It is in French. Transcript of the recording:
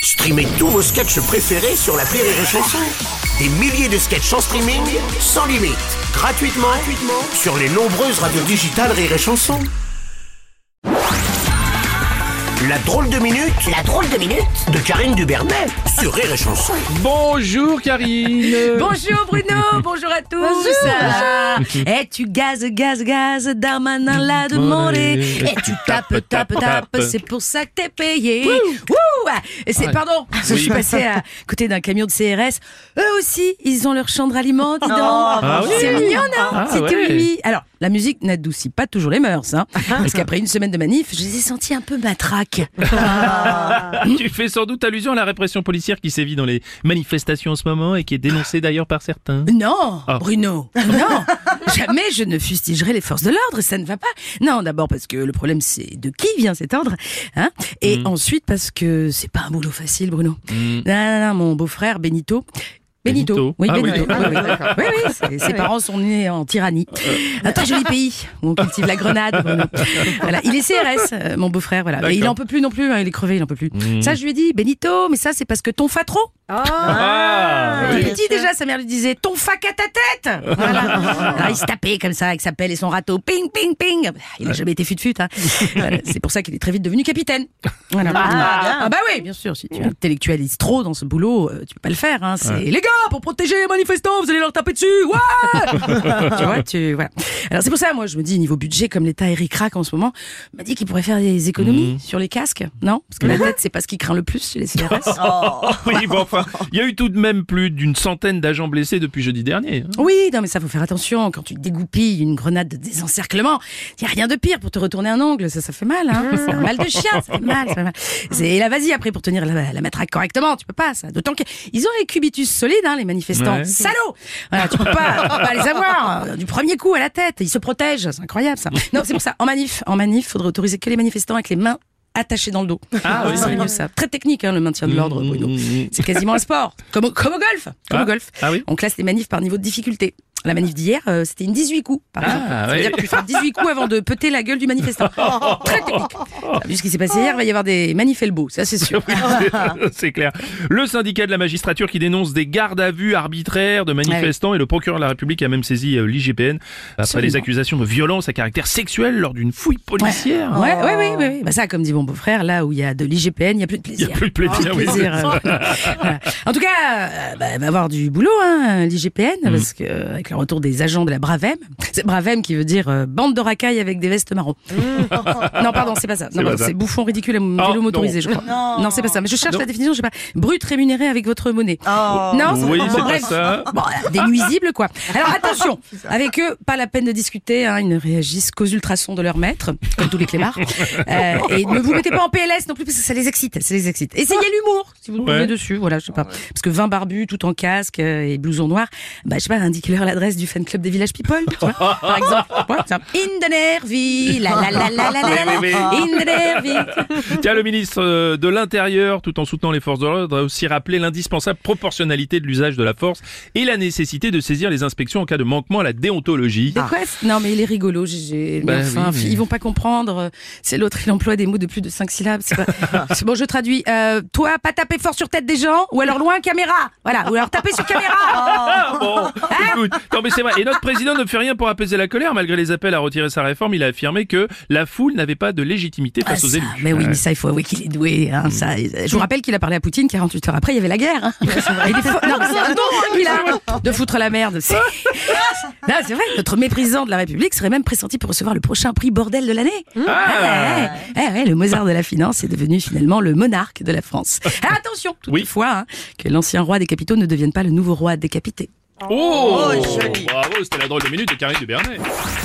Streamez tous vos sketchs préférés sur l'appli Rire et Chanson. Des milliers de sketchs en streaming, sans limite, gratuitement sur les nombreuses radios digitales Rire et Chanson. La drôle de minute de Karine Dubernet sur Rire et Chanson. Bonjour Karine. Bonjour Bruno, bonjour à tous. Bonjour. Et tu gazes, Darmanin l'a demandé. Et tu tapes, c'est pour ça que t'es payé. Et c'est, pardon, je suis passée à côté d'un camion de CRS. Eux aussi, ils ont leur champ de ralliement, dis donc. C'est mignon, non? C'était Mimi. Alors, la musique n'adoucit pas toujours les mœurs, hein. Parce qu'après une semaine de manif, je les ai sentis un peu matraques. Tu fais sans doute allusion à la répression policière qui sévit dans les manifestations en ce moment et qui est dénoncée d'ailleurs par certains. Non, Bruno, non. Jamais je ne fustigerai les forces de l'ordre, ça ne va pas. Non, d'abord parce que le problème c'est de qui vient cet ordre, hein. Et ensuite parce que c'est pas un boulot facile, Bruno. Non, mon beau-frère Benito. Benito. Oui, Benito. Oui, ses parents sont nés en Tyrannie. Un très joli pays où on cultive la grenade. Voilà, il est CRS, mon beau-frère. Voilà. Et il en peut plus non plus. Il est crevé, il en peut plus. Ça, je lui ai dit, Benito, mais ça, c'est parce que ton fa trop. Il lui dit déjà, sa mère lui disait, ton fac à ta tête. Voilà. Alors, il se tapait comme ça avec sa pelle et son râteau. Ping, ping, ping. Il n'a jamais été fut-fut. Hein. Voilà, c'est pour ça qu'il est très vite devenu capitaine. Voilà. Bah oui, bien sûr. Si tu intellectualises trop dans ce boulot, tu peux pas le faire. Hein. C'est les gars, pour protéger les manifestants, vous allez leur taper dessus. Ouais. Voilà. Alors c'est pour ça, moi, je me dis, niveau budget, comme l'État est ric-rac en ce moment, m'a dit qu'il pourrait faire des économies sur les casques. Non, parce que la tête, c'est pas ce qui craint le plus chez les CRS. Oui, bon, enfin, il y a eu tout de même plus d'une centaine d'agents blessés depuis jeudi dernier. Oui, non, mais ça, faut faire attention. Quand tu dégoupilles une grenade de désencerclement, il y a rien de pire pour te retourner un ongle. Ça fait mal, hein. C'est un mal de chien, ça fait mal. Et là, vas-y, après, pour tenir la matraque correctement, tu peux pas, ça. D'autant qu'ils ont les cubitus solides, hein, les manifestants. Ouais. Salauds! Voilà, tu peux pas les avoir du premier coup à la tête. Ils se protègent. C'est incroyable, ça. Non, c'est pour ça. En manif, faudrait autoriser que les manifestants avec les mains attachées dans le dos. Oui, c'est mieux ça. Très technique, hein, le maintien de l'ordre, Bruno. C'est quasiment un sport. Comme au golf. Au golf. Oui. On classe les manifs par niveau de difficulté. La manif d'hier, c'était une 18 coups, par exemple. Ça veut dire que tu fais 18 coups avant de péter la gueule du manifestant. Très technique. Vu ce qui s'est passé hier, il va y avoir des manifs elbow, ça c'est sûr. C'est clair. Le syndicat de la magistrature qui dénonce des gardes à vue arbitraires de manifestants et le procureur de la République a même saisi l'IGPN après les accusations de violence à caractère sexuel lors d'une fouille policière. Oui. Bah ça, comme dit mon beau-frère, là où il y a de l'IGPN, il n'y a plus de plaisir. Il n'y a plus de plaisir, voilà. En tout cas, va y avoir du boulot, hein, l'IGPN, parce que avec le retour des agents de la Bravem. C'est Bravem qui veut dire bande de racailles avec des vestes marron. Non, pardon, c'est pas ça. Non, c'est bouffon ridicule à vélo motorisé, je crois. Non, c'est pas ça. Mais je cherche la définition, je sais pas. Brut rémunéré avec votre monnaie. Non, c'est pas ça. Bon, des nuisibles, quoi. Alors attention, avec eux, pas la peine de discuter, hein, ils ne réagissent qu'aux ultrasons de leur maître, comme tous les clébards. Et ne vous mettez pas en PLS non plus, parce que ça les excite. Essayez l'humour, si vous tombez dessus, voilà, je sais pas. Parce que 20 barbus, tout en casque et blouson noir, bah, je sais pas, indiquez-leur l'adresse du fan club des Village People, tu vois, par exemple. In the Nervi, in the Nervi. Tiens, le ministre de l'Intérieur, tout en soutenant les forces de l'ordre, a aussi rappelé l'indispensable proportionnalité de l'usage de la force et la nécessité de saisir les inspections en cas de manquement à la déontologie. De quoi ? Non, mais il est rigolo, GG. Ils vont pas comprendre. C'est l'autre, il emploie des mots de plus de 5 syllabes. C'est bon, je traduis. Toi, pas taper fort sur tête des gens, ou alors loin caméra. Voilà, ou alors taper sur caméra. Bon, écoute. Non mais c'est vrai, et notre président ne fait rien pour apaiser la colère. Malgré les appels à retirer sa réforme, il a affirmé que la foule n'avait pas de légitimité face aux élus. Mais oui, mais ça, il faut avouer qu'il est doué. Hein, ça. Je vous rappelle qu'il a parlé à Poutine 48 heures après, il y avait la guerre. Hein. Non, mais c'est un don qu'il a de foutre la merde. Non, c'est vrai, notre méprisant de la République serait même pressenti pour recevoir le prochain prix bordel de l'année. Le Mozart de la finance est devenu finalement le monarque de la France. Alors, attention, toutefois, que l'ancien roi des capitaux ne devienne pas le nouveau roi décapité. Bravo, c'était la drôle de minute de Karine Dubernet.